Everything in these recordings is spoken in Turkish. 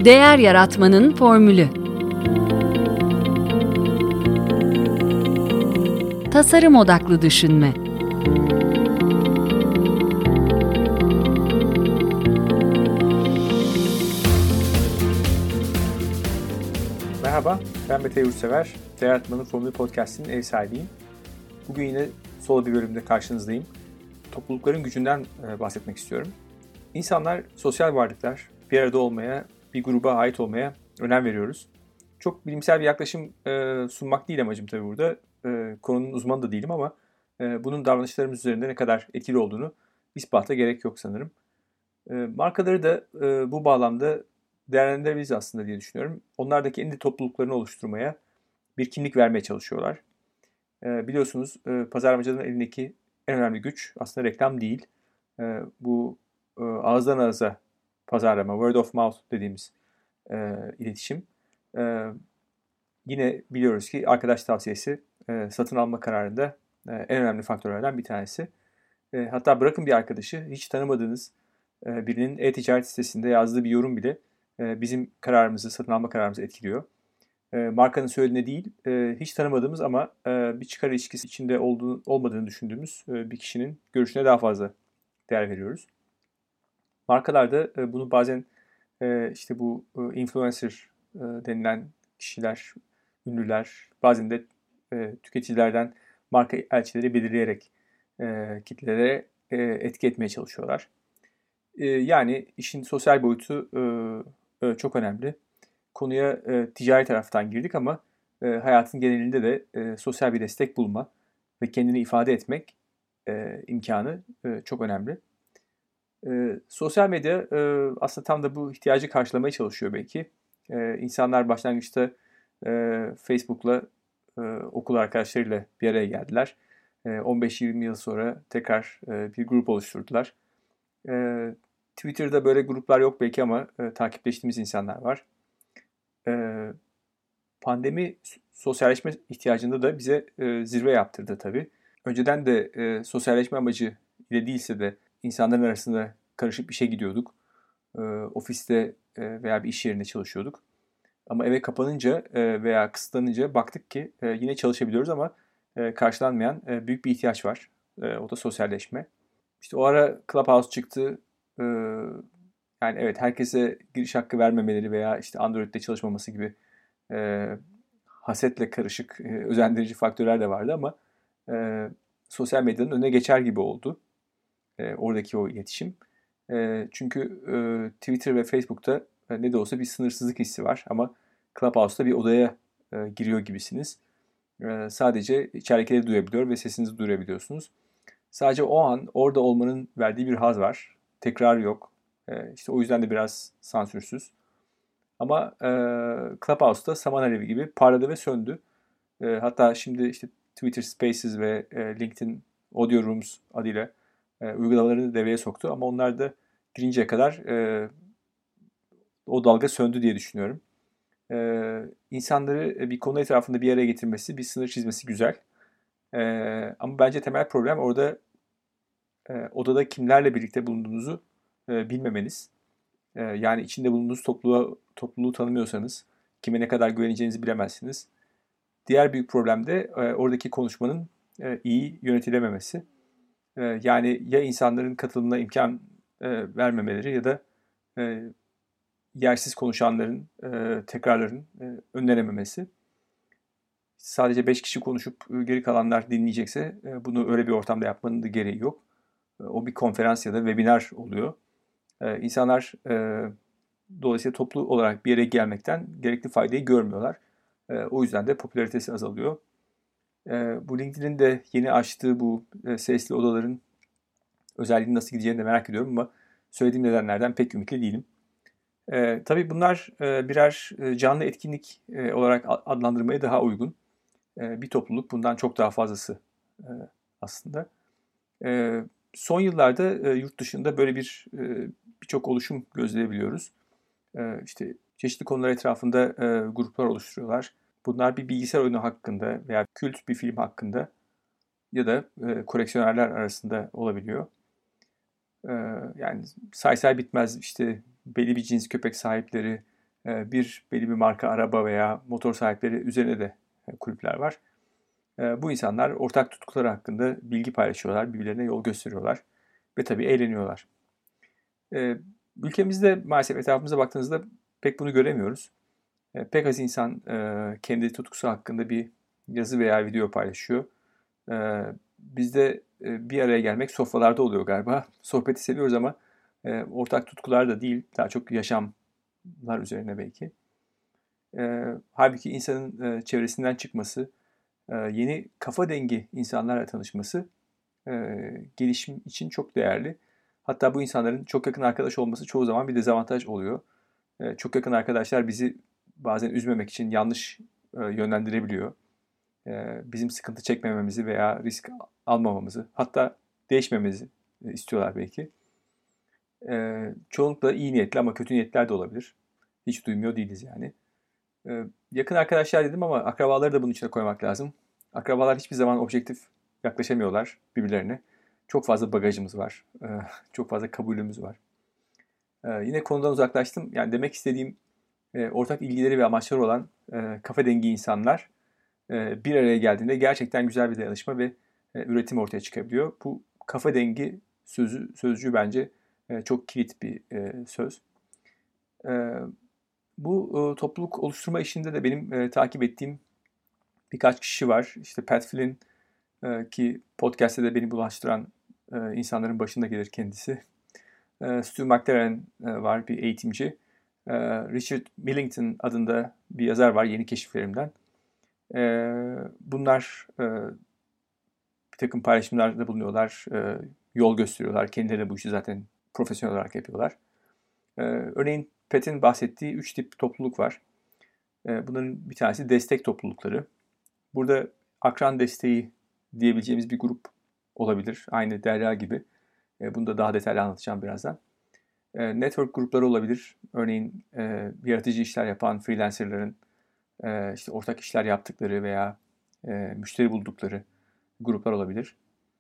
Değer yaratmanın formülü. Tasarım odaklı düşünme. Merhaba, ben Mete Yurtsever. Değer Yaratmanın Formülü Podcast'inin ev sahibiyim. Bugün yine solo bir bölümde karşınızdayım. Toplulukların gücünden bahsetmek istiyorum. İnsanlar sosyal varlıklar, bir arada olmaya, bir gruba ait olmaya önem veriyoruz. Çok bilimsel bir yaklaşım sunmak değil amacım tabii burada. Konunun uzmanı da değilim ama bunun davranışlarımız üzerinde ne kadar etkili olduğunu ispata gerek yok sanırım. Markaları da bu bağlamda değerlendirebiliriz aslında diye düşünüyorum. Onlar da kendi topluluklarını oluşturmaya, bir kimlik vermeye çalışıyorlar. Biliyorsunuz pazarlamacıların elindeki en önemli güç aslında reklam değil. Bu ağızdan ağıza pazarlama, word of mouth dediğimiz iletişim. Yine biliyoruz ki arkadaş tavsiyesi satın alma kararında en önemli faktörlerden bir tanesi. Hatta bırakın bir arkadaşı, hiç tanımadığınız birinin e-ticaret sitesinde yazdığı bir yorum bile bizim kararımızı, satın alma kararımızı etkiliyor. Markanın söylediğine değil, hiç tanımadığımız ama bir çıkar ilişkisi içinde olmadığını düşündüğümüz bir kişinin görüşüne daha fazla değer veriyoruz. Markalar da bunu bazen işte bu influencer denilen kişiler, ünlüler, bazen de tüketicilerden marka elçileri belirleyerek kitlelere etki etmeye çalışıyorlar. Yani işin sosyal boyutu çok önemli. Konuya ticari taraftan girdik ama hayatın genelinde de sosyal bir destek bulma ve kendini ifade etmek imkanı çok önemli. Sosyal medya aslında tam da bu ihtiyacı karşılamaya çalışıyor belki. İnsanlar başlangıçta Facebook'la okul arkadaşlarıyla bir araya geldiler. 15-20 yıl sonra tekrar bir grup oluşturdular. Twitter'da böyle gruplar yok belki ama takipleştiğimiz insanlar var. Pandemi sosyalleşme ihtiyacında da bize zirve yaptırdı tabii. Önceden de sosyalleşme amacı ile değilse de insanların arasında karışıp işe gidiyorduk. Ofiste veya bir iş yerinde çalışıyorduk. Ama eve kapanınca veya kısıtlanınca baktık ki yine çalışabiliyoruz ama karşılanmayan büyük bir ihtiyaç var. O da sosyalleşme. İşte o ara Clubhouse çıktı. Yani evet, herkese giriş hakkı vermemeleri veya işte Android'de çalışmaması gibi hasetle karışık özendirici faktörler de vardı ama sosyal medyanın önüne geçer gibi oldu oradaki o iletişim. Çünkü Twitter ve Facebook'ta ne de olsa bir sınırsızlık hissi var ama Clubhouse'da bir odaya giriyor gibisiniz. Sadece içeridekileri duyabiliyor ve sesinizi duyurabiliyorsunuz. Sadece o an orada olmanın verdiği bir haz var. Tekrar yok. İşte o yüzden de biraz sansürsüz. Ama Clubhouse'da saman alevi gibi parladı ve söndü. Hatta şimdi işte Twitter Spaces ve LinkedIn Audio Rooms adıyla uygulamalarını devreye soktu. Ama onlar da girinceye kadar o dalga söndü diye düşünüyorum. İnsanları bir konu etrafında bir araya getirmesi, bir sınır çizmesi güzel. Ama bence temel problem orada odada kimlerle birlikte bulunduğunuzu bilmemeniz. Yani içinde bulunduğunuz topluluğu tanımıyorsanız kime ne kadar güveneceğinizi bilemezsiniz. Diğer büyük problem de oradaki konuşmanın iyi yönetilememesi. Yani ya insanların katılımına imkan vermemeleri ya da yersiz konuşanların tekrarların önlenememesi. Sadece 5 kişi konuşup geri kalanlar dinleyecekse bunu öyle bir ortamda yapmanın da gereği yok. O bir konferans ya da webinar oluyor. İnsanlar dolayısıyla toplu olarak bir yere gelmekten gerekli faydayı görmüyorlar. O yüzden de popülaritesi azalıyor. Bu LinkedIn'in de yeni açtığı bu sesli odaların özelliğini nasıl gideceğini de merak ediyorum ama söylediğim nedenlerden pek ümitli değilim. Tabii bunlar birer canlı etkinlik olarak adlandırmaya daha uygun. Bir topluluk bundan çok daha fazlası aslında. Son yıllarda yurt dışında böyle birçok oluşum gözleyebiliyoruz. İşte çeşitli konular etrafında gruplar oluşturuyorlar. Bunlar bir bilgisayar oyunu hakkında veya kült bir film hakkında ya da koleksiyonerler arasında olabiliyor. Yani say bitmez işte belli bir cins köpek sahipleri, belli bir marka araba veya motor sahipleri üzerine de kulüpler var. Bu insanlar ortak tutkuları hakkında bilgi paylaşıyorlar, birbirlerine yol gösteriyorlar ve tabii eğleniyorlar. Ülkemizde maalesef etrafımıza baktığınızda pek bunu göremiyoruz. Pek az insan kendi tutkusu hakkında bir yazı veya video paylaşıyor. Bizde bir araya gelmek sofralarda oluyor galiba. Sohbeti seviyoruz ama ortak tutkular da değil, daha çok yaşamlar üzerine belki. Halbuki insanın çevresinden çıkması, yeni kafa dengi insanlarla tanışması gelişim için çok değerli. Hatta bu insanların çok yakın arkadaş olması çoğu zaman bir dezavantaj oluyor. Çok yakın arkadaşlar bizi bazen üzmemek için yanlış yönlendirebiliyor. Bizim sıkıntı çekmememizi veya risk almamamızı, hatta değişmemizi istiyorlar belki. Çoğunlukla iyi niyetli ama kötü niyetler de olabilir. Hiç duymuyor değiliz yani. Yakın arkadaşlar dedim ama akrabaları da bunun içine koymak lazım. Akrabalar hiçbir zaman objektif yaklaşamıyorlar birbirlerine. Çok fazla bagajımız var. Çok fazla kabulümüz var. Yine konudan uzaklaştım. Yani demek istediğim ortak ilgileri ve amaçları olan kafa dengi insanlar bir araya geldiğinde gerçekten güzel bir dayanışma ve üretim ortaya çıkabiliyor. Bu kafa dengi sözcüğü bence çok kilit bir söz. Bu topluluk oluşturma işinde de benim takip ettiğim birkaç kişi var. İşte Pat Flynn ki podcast'te de beni bulaştıran insanların başında gelir kendisi. Stu McLaren var, bir eğitimci. Richard Millington adında bir yazar var yeni keşiflerimden. Bunlar bir takım paylaşımlarda bulunuyorlar, yol gösteriyorlar. Kendileri de bu işi zaten profesyonel olarak yapıyorlar. Örneğin Pat'in bahsettiği 3 tip topluluk var. Bunların bir tanesi destek toplulukları. Burada akran desteği diyebileceğimiz bir grup olabilir. Aynı Derya gibi. Bunu da daha detaylı anlatacağım birazdan. Network grupları olabilir. Örneğin yaratıcı işler yapan freelancerların işte ortak işler yaptıkları veya müşteri buldukları gruplar olabilir.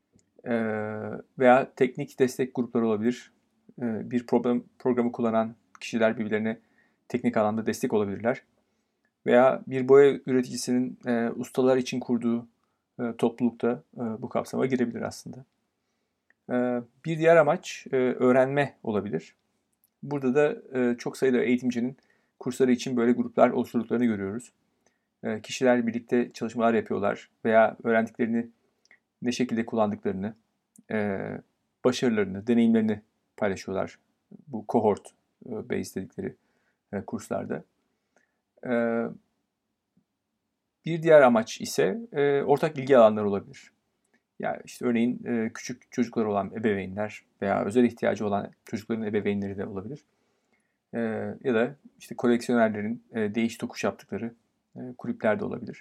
Veya teknik destek grupları olabilir. Bir programı kullanan kişiler birbirlerine teknik alanda destek olabilirler. Veya bir boya üreticisinin ustalar için kurduğu toplulukta bu kapsama girebilir aslında. Bir diğer amaç öğrenme olabilir. Burada da çok sayıda eğitimcinin kursları için böyle gruplar oluşturduklarını görüyoruz. Kişiler birlikte çalışmalar yapıyorlar veya öğrendiklerini ne şekilde kullandıklarını, başarılarını, deneyimlerini paylaşıyorlar bu cohort based dedikleri kurslarda. Bir diğer amaç ise ortak ilgi alanları olabilir. Yani işte örneğin küçük çocukları olan ebeveynler veya özel ihtiyacı olan çocukların ebeveynleri de olabilir. Ya da işte koleksiyonerlerin değiş tokuş yaptıkları kulüpler de olabilir.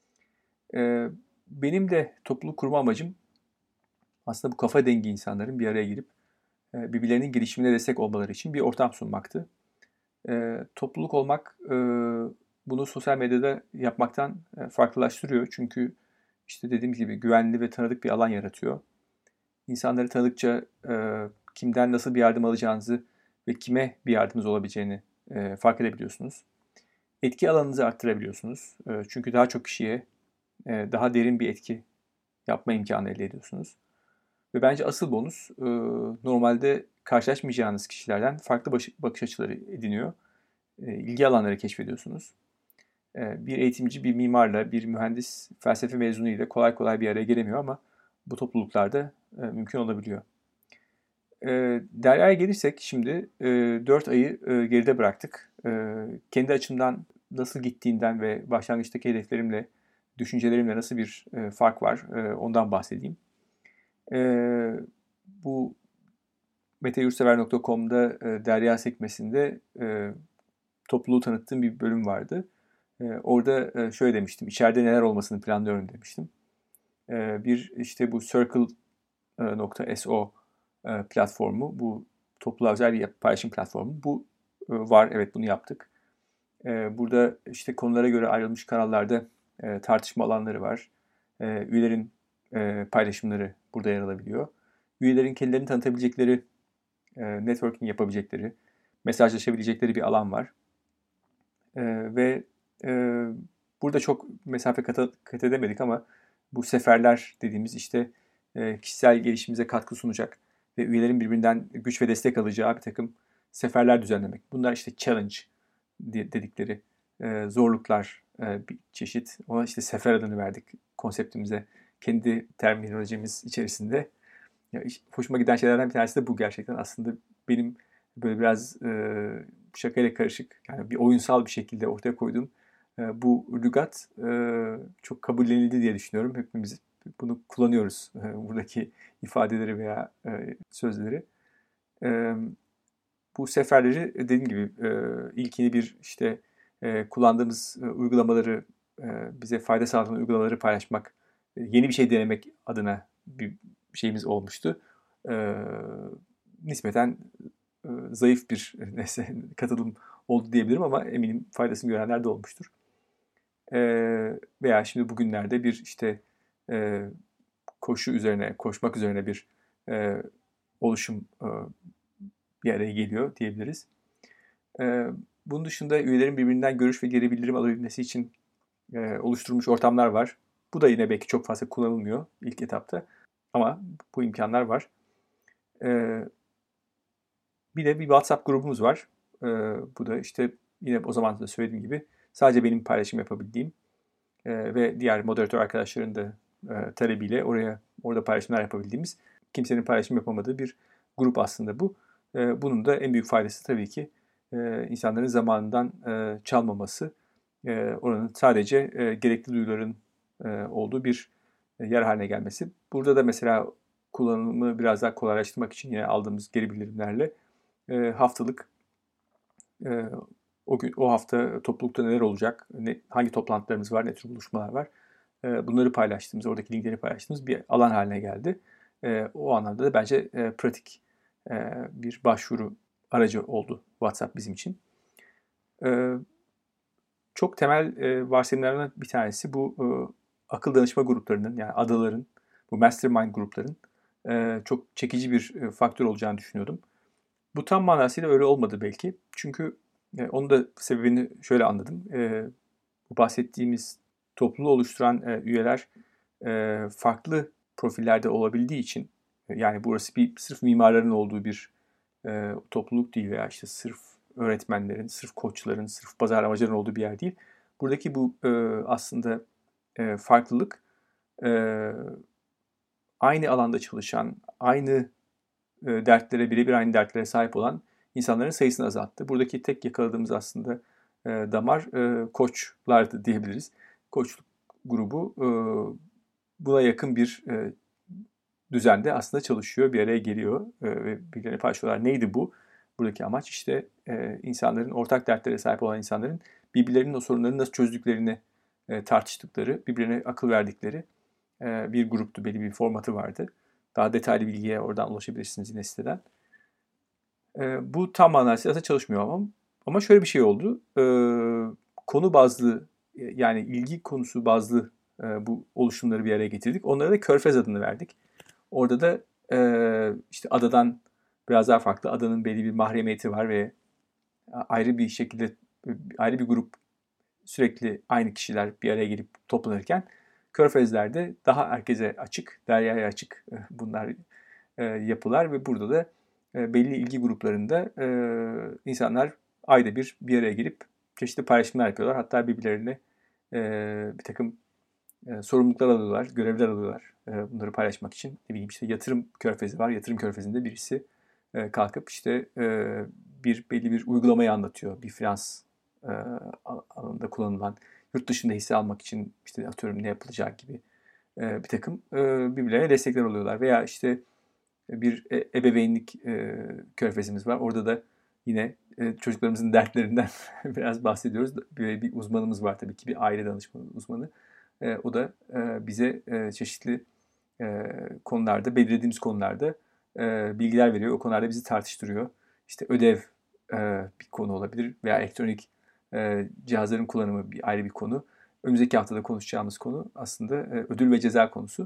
Benim de topluluk kurma amacım aslında bu kafa dengi insanların bir araya girip birbirlerinin gelişimine destek olmaları için bir ortam sunmaktı. Topluluk olmak bunu sosyal medyada yapmaktan farklılaştırıyor. Çünkü işte dediğim gibi güvenli ve tanıdık bir alan yaratıyor. İnsanları tanıdıkça kimden nasıl bir yardım alacağınızı ve kime bir yardımınız olabileceğini fark edebiliyorsunuz. Etki alanınızı arttırabiliyorsunuz. Çünkü daha çok kişiye daha derin bir etki yapma imkanı elde ediyorsunuz. Ve bence asıl bonus normalde karşılaşmayacağınız kişilerden farklı bakış açıları ediniyor. İlgi alanları keşfediyorsunuz. Bir eğitimci, bir mimarla, bir mühendis, felsefe mezunuyla kolay kolay bir araya gelemiyor ama bu topluluklarda mümkün olabiliyor. Derya'ya gelirsek şimdi 4 ayı geride bıraktık. Kendi açımdan nasıl gittiğinden ve başlangıçtaki hedeflerimle, düşüncelerimle nasıl bir fark var ondan bahsedeyim. Bu meteyursever.com'da Derya sekmesinde topluluğu tanıttığım bir bölüm vardı. Orada şöyle demiştim, içeride neler olmasını planlıyorum demiştim. Bir işte bu Circle.so platformu, bu topluluğa özel bir paylaşım platformu. Bu var, evet bunu yaptık. Burada işte konulara göre ayrılmış kanallarda tartışma alanları var. Üyelerin paylaşımları burada yer alabiliyor. Üyelerin kendilerini tanıtabilecekleri, networking yapabilecekleri, mesajlaşabilecekleri bir alan var. Ve burada çok mesafe kat edemedik ama bu seferler dediğimiz işte kişisel gelişimimize katkı sunacak ve üyelerin birbirinden güç ve destek alacağı bir takım seferler düzenlemek. Bunlar işte challenge dedikleri zorluklar bir çeşit. Ona işte sefer adını verdik konseptimize. Kendi terminolojimiz içerisinde. Ya, hoşuma giden şeylerden bir tanesi de bu gerçekten. Aslında benim böyle biraz şakayla karışık, yani bir oyunsal bir şekilde ortaya koyduğum bu lügat çok kabullenildi diye düşünüyorum. Hepimiz bunu kullanıyoruz. Buradaki ifadeleri veya sözleri. Bu seferleri dediğim gibi ilkini bir işte kullandığımız uygulamaları, bize fayda sağlayan uygulamaları paylaşmak, yeni bir şey denemek adına bir şeyimiz olmuştu. Nispeten zayıf bir katılım oldu diyebilirim ama eminim faydasını görenler de olmuştur. Veya şimdi bugünlerde bir işte koşmak üzerine bir oluşum bir araya geliyor diyebiliriz. Bunun dışında üyelerin birbirinden görüş ve geri bildirim alabilmesi için oluşturulmuş ortamlar var. Bu da yine belki çok fazla kullanılmıyor ilk etapta. Ama bu imkanlar var. Bir de bir WhatsApp grubumuz var. Bu da işte yine o zaman da söylediğim gibi sadece benim paylaşım yapabildiğim ve diğer moderatör arkadaşların da talebiyle orada paylaşımlar yapabildiğimiz, kimsenin paylaşım yapamadığı bir grup aslında bu. Bunun da en büyük faydası tabii ki insanların zamanından çalmaması. Oranın sadece gerekli duyuların olduğu bir yer haline gelmesi. Burada da mesela kullanımı biraz daha kolaylaştırmak için yine aldığımız geri bildirimlerle haftalık o hafta toplulukta neler olacak, hangi toplantılarımız var, ne tür buluşmalar var, bunları paylaştığımız, oradaki linkleri paylaştığımız bir alan haline geldi. O anlamda da bence pratik bir başvuru aracı oldu WhatsApp bizim için. Çok temel varsayımlarından bir tanesi bu akıl danışma gruplarının, yani adaların, bu mastermind grupların çok çekici bir faktör olacağını düşünüyordum. Bu tam manasıyla öyle olmadı belki. Çünkü onun da sebebini şöyle anladım. Bu bahsettiğimiz topluluğu oluşturan üyeler farklı profillerde olabildiği için, yani burası sırf mimarların olduğu bir topluluk değil veya işte sırf öğretmenlerin, sırf koçların, sırf pazarlamacıların olduğu bir yer değil. Buradaki bu aslında farklılık aynı alanda çalışan, aynı birebir aynı dertlere sahip olan insanların sayısını azalttı. Buradaki tek yakaladığımız aslında damar koçlardı diyebiliriz. Koçluk grubu buna yakın bir düzende aslında çalışıyor, bir araya geliyor ve birbirlerine paylaşıyorlar. Neydi bu? Buradaki amaç işte insanların, ortak dertlere sahip olan insanların birbirlerinin o sorunları nasıl çözdüklerini tartıştıkları, birbirine akıl verdikleri bir gruptu. Belli bir formatı vardı. Daha detaylı bilgiye oradan ulaşabilirsiniz yine siteden. Bu tam manasıyla çalışmıyor ama şöyle bir şey oldu. Konu bazlı, yani ilgi konusu bazlı bu oluşumları bir araya getirdik. Onlara da Körfez adını verdik. Orada da işte adadan biraz daha farklı. Adanın belli bir mahremiyeti var ve ayrı bir şekilde ayrı bir grup, sürekli aynı kişiler bir araya gelip toplanırken Körfezler'de daha herkese açık, deryaya açık bunlar yapılar ve burada da belli ilgi gruplarında insanlar ayda bir araya gelip çeşitli paylaşımlar yapıyorlar. Hatta birbirlerine bir takım sorumluluklar alıyorlar, görevler alıyorlar bunları paylaşmak için. Ne bileyim işte yatırım körfezi var. Yatırım körfezinde birisi kalkıp işte belli bir uygulamayı anlatıyor. Bir finans alanında kullanılan, yurt dışında hisse almak için işte atıyorum ne yapılacak gibi bir takım birbirlerine destekler oluyorlar. Veya işte bir ebeveynlik körfezimiz var. Orada da yine çocuklarımızın dertlerinden biraz bahsediyoruz. Bir uzmanımız var tabii ki, bir aile danışmanı uzmanı. O da bize çeşitli konularda, belirlediğimiz konularda bilgiler veriyor. O konularda bizi tartıştırıyor. İşte ödev bir konu olabilir veya elektronik cihazların kullanımı ayrı bir konu. Önümüzdeki haftada konuşacağımız konu aslında ödül ve ceza konusu.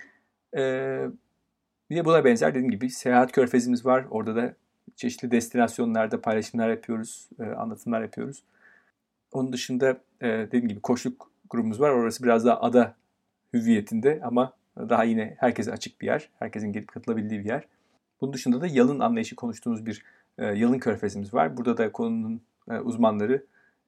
Bir de buna benzer dediğim gibi seyahat körfezimiz var. Orada da çeşitli destinasyonlarda paylaşımlar yapıyoruz, anlatımlar yapıyoruz. Onun dışında dediğim gibi koçluk grubumuz var. Orası biraz daha ada hüviyetinde ama daha yine herkese açık bir yer. Herkesin gelip katılabildiği bir yer. Bunun dışında da yalın anlayışı konuştuğumuz bir yalın körfezimiz var. Burada da konunun uzmanları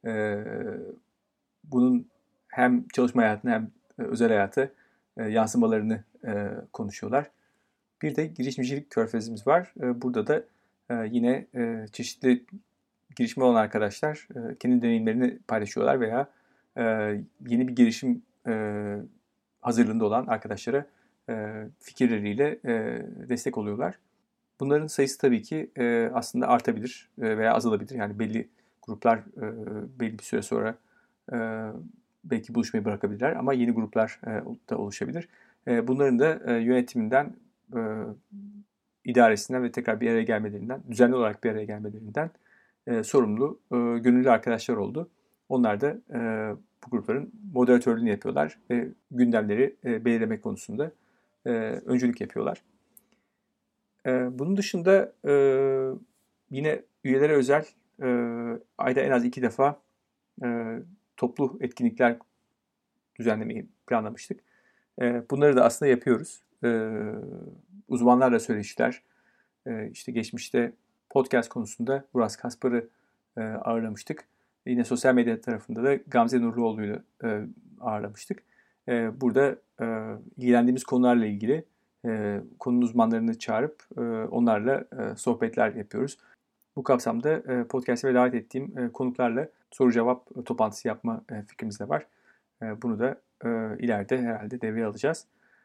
bunun hem çalışma hayatına hem özel hayata yansımalarını konuşuyorlar. Bir de girişimcilik körfezimiz var. Burada da yine çeşitli girişimi olan arkadaşlar kendi deneyimlerini paylaşıyorlar veya yeni bir girişim hazırlığında olan arkadaşlara fikirleriyle destek oluyorlar. Bunların sayısı tabii ki aslında artabilir veya azalabilir. Yani belli gruplar belli bir süre sonra belki buluşmayı bırakabilirler ama yeni gruplar da oluşabilir. Bunların da yönetiminden, idaresinden ve tekrar bir araya gelmelerinden, düzenli olarak bir araya gelmelerinden sorumlu gönüllü arkadaşlar oldu. Onlar da bu grupların moderatörlüğünü yapıyorlar ve gündemleri belirlemek konusunda öncülük yapıyorlar. Bunun dışında yine üyelere özel ayda en az 2 defa toplu etkinlikler düzenlemeyi planlamıştık. Bunları da aslında yapıyoruz. Uzmanlarla söyleşiler, işte geçmişte podcast konusunda Uras Kaspar'ı ağırlamıştık. Yine sosyal medya tarafında da Gamze Nurluoğlu'yu ağırlamıştık. Burada ilgilendiğimiz konularla ilgili konunun uzmanlarını çağırıp onlarla sohbetler yapıyoruz. Bu kapsamda podcast'e davet ettiğim konuklarla soru cevap toplantısı yapma fikrimiz de var. Bunu da ileride herhalde devreye alacağız.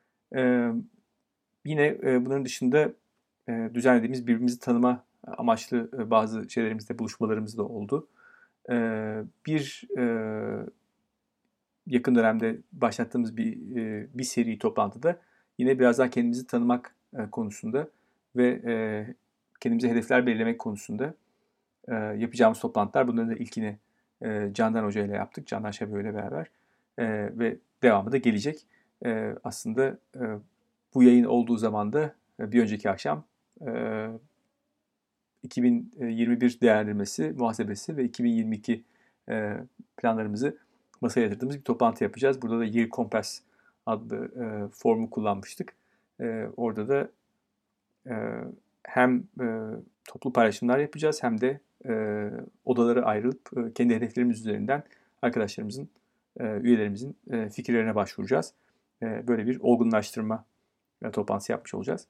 Yine bunların dışında düzenlediğimiz birbirimizi tanıma amaçlı bazı şeylerimizde, buluşmalarımız da oldu. Bir yakın dönemde başlattığımız bir seri toplantıda yine biraz daha kendimizi tanımak konusunda ve kendimize hedefler belirlemek konusunda yapacağımız toplantılar. Bunların da ilkini Candan Hoca ile yaptık. Candan Şabiyo ile beraber. Ve devamı da gelecek. Aslında bu yayın olduğu zaman da bir önceki akşam 2021 değerlendirmesi, muhasebesi ve 2022 planlarımızı masaya yatırdığımız bir toplantı yapacağız. Burada da Year Compass adlı formu kullanmıştık. Orada da hem toplu paylaşımlar yapacağız hem de odalara ayrılıp kendi hedeflerimiz üzerinden arkadaşlarımızın, üyelerimizin fikirlerine başvuracağız. Böyle bir olgunlaştırma toplantısı yapmış olacağız.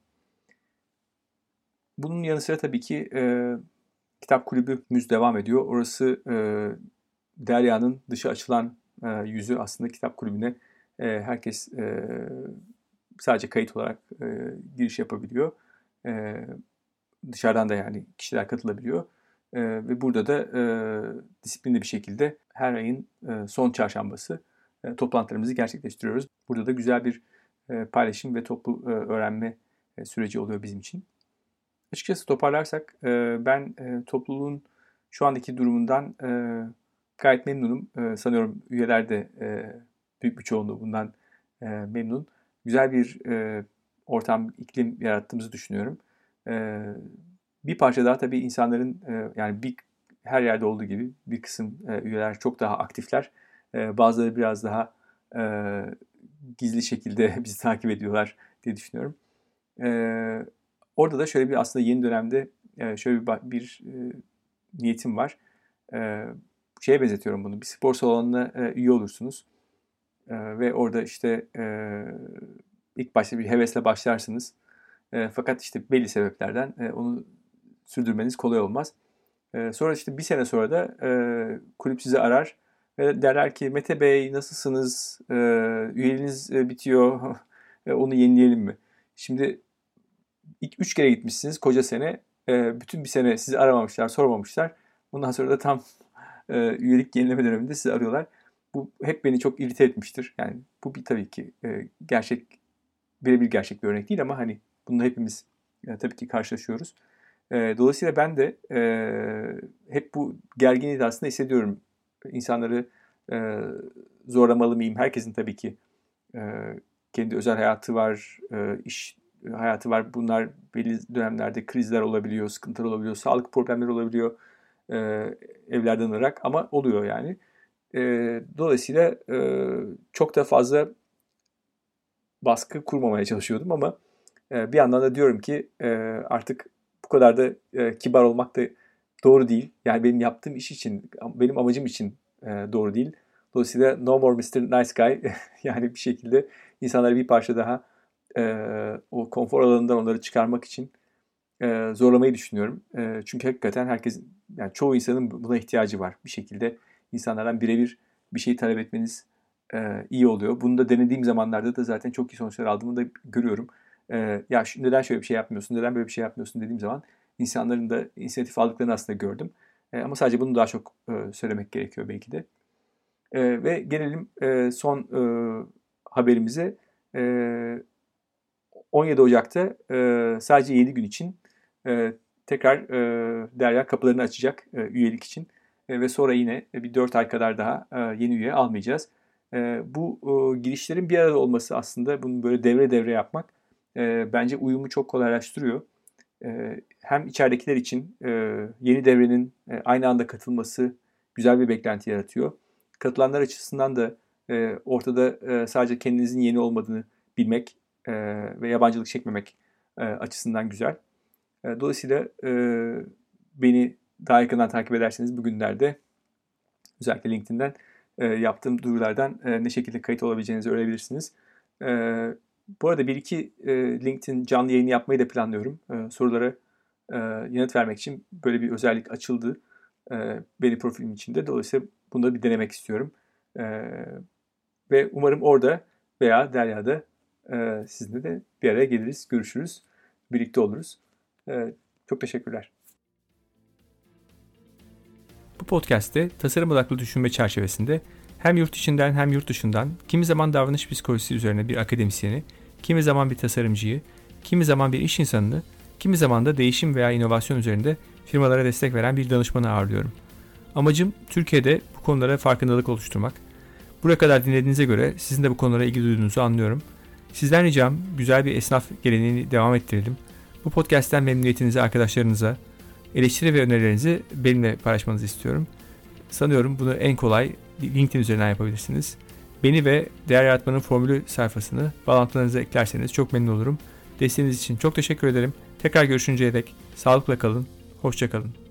Bunun yanı sıra tabii ki kitap kulübümüz devam ediyor. Orası Derya'nın dışı açılan yüzü aslında kitap kulübüne herkes sadece kayıt olarak giriş yapabiliyor. Dışarıdan da yani kişiler katılabiliyor. Ve burada da disiplinli bir şekilde her ayın son çarşambası toplantılarımızı gerçekleştiriyoruz. Burada da güzel bir paylaşım ve toplu öğrenme süreci oluyor bizim için. Açıkçası toparlarsak ben topluluğun şu andaki durumundan gayet memnunum. Sanıyorum üyeler de büyük bir çoğunluğu bundan memnun. Güzel bir ortam, iklim yarattığımızı düşünüyorum. Bir parça daha tabii insanların yani her yerde olduğu gibi bir kısım üyeler çok daha aktifler. Bazıları biraz daha gizli şekilde bizi takip ediyorlar diye düşünüyorum. Orada da şöyle bir aslında yeni dönemde şöyle bir niyetim var. Şeye benzetiyorum bunu. Bir spor salonuna üye olursunuz. Ve orada işte ilk başta bir hevesle başlarsınız. Fakat işte belli sebeplerden onu sürdürmeniz kolay olmaz. Sonra işte bir sene sonra da kulüp sizi arar ve derler ki Mete Bey nasılsınız? Üyeliğiniz bitiyor. Onu yenileyelim mi? Şimdi ilk 3 kere gitmişsiniz koca sene. Bütün bir sene sizi aramamışlar, sormamışlar. Ondan sonra da tam üyelik yenileme döneminde sizi arıyorlar. Bu hep beni çok irite etmiştir. Yani bu bir tabii ki birebir gerçek bir örnek değil ama hani bununla hepimiz tabii ki karşılaşıyoruz. Dolayısıyla ben de hep bu gerginliği aslında hissediyorum. İnsanları zorlamalı mıyım? Herkesin tabii ki kendi özel hayatı var, iş hayatı var. Bunlar belli dönemlerde krizler olabiliyor, sıkıntılar olabiliyor, sağlık problemleri olabiliyor evlerden olarak ama oluyor yani. Dolayısıyla çok da fazla baskı kurmamaya çalışıyordum ama bir yandan da diyorum ki artık bu kadar da kibar olmak da doğru değil. Yani benim yaptığım iş için, benim amacım için doğru değil. Dolayısıyla no more Mr. Nice Guy. Yani bir şekilde insanları bir parça daha o konfor alanından onları çıkarmak için zorlamayı düşünüyorum. Çünkü hakikaten yani çoğu insanın buna ihtiyacı var. Bir şekilde insanlardan birebir bir şey talep etmeniz iyi oluyor. Bunu da denediğim zamanlarda da zaten çok iyi sonuçlar aldığımı da görüyorum. Ya neden şöyle bir şey yapmıyorsun, neden böyle bir şey yapmıyorsun dediğim zaman insanların da inisiyatif aldıklarını aslında gördüm. Ama sadece bunu daha çok söylemek gerekiyor belki de. Ve gelelim son haberimize. 17 Ocak'ta sadece 7 gün için tekrar Derya kapılarını açacak üyelik için. Ve sonra yine bir 4 ay kadar daha yeni üye almayacağız. Bu girişlerin bir arada olması aslında bunu böyle devre devre yapmak bence uyumu çok kolaylaştırıyor. Hem içeridekiler için yeni devrenin aynı anda katılması güzel bir beklenti yaratıyor. Katılanlar açısından da ortada sadece kendinizin yeni olmadığını bilmek ve yabancılık çekmemek açısından güzel. Dolayısıyla beni daha yakından takip ederseniz bugünlerde özellikle LinkedIn'den yaptığım duyurulardan ne şekilde kayıt olabileceğinizi öğrenebilirsiniz. Bu arada bir iki LinkedIn canlı yayını yapmayı da planlıyorum. Sorulara yanıt vermek için böyle bir özellik açıldı benim profilim içinde. Dolayısıyla bunu da bir denemek istiyorum. Ve umarım orada veya Derya'da sizinle de bir araya geliriz, görüşürüz, birlikte oluruz. Çok teşekkürler. Bu podcast'te tasarım odaklı düşünme çerçevesinde hem yurt içinden hem yurt dışından kimi zaman davranış psikolojisi üzerine bir akademisyeni, kimi zaman bir tasarımcıyı, kimi zaman bir iş insanını, kimi zaman da değişim veya inovasyon üzerinde firmalara destek veren bir danışmanı ağırlıyorum. Amacım Türkiye'de bu konulara farkındalık oluşturmak. Buraya kadar dinlediğinize göre sizin de bu konulara ilgi duyduğunuzu anlıyorum. Sizden ricam güzel bir esnaf geleneğini devam ettirelim. Bu podcast'ten memnuniyetinizi arkadaşlarınıza, eleştiri ve önerilerinizi benimle paylaşmanızı istiyorum. Sanıyorum bunu en kolay LinkedIn üzerinden yapabilirsiniz. Beni ve Değer Yaratmanın Formülü sayfasını bağlantılarınıza eklerseniz çok memnun olurum. Desteğiniz için çok teşekkür ederim. Tekrar görüşünceye dek sağlıkla kalın, hoşça kalın.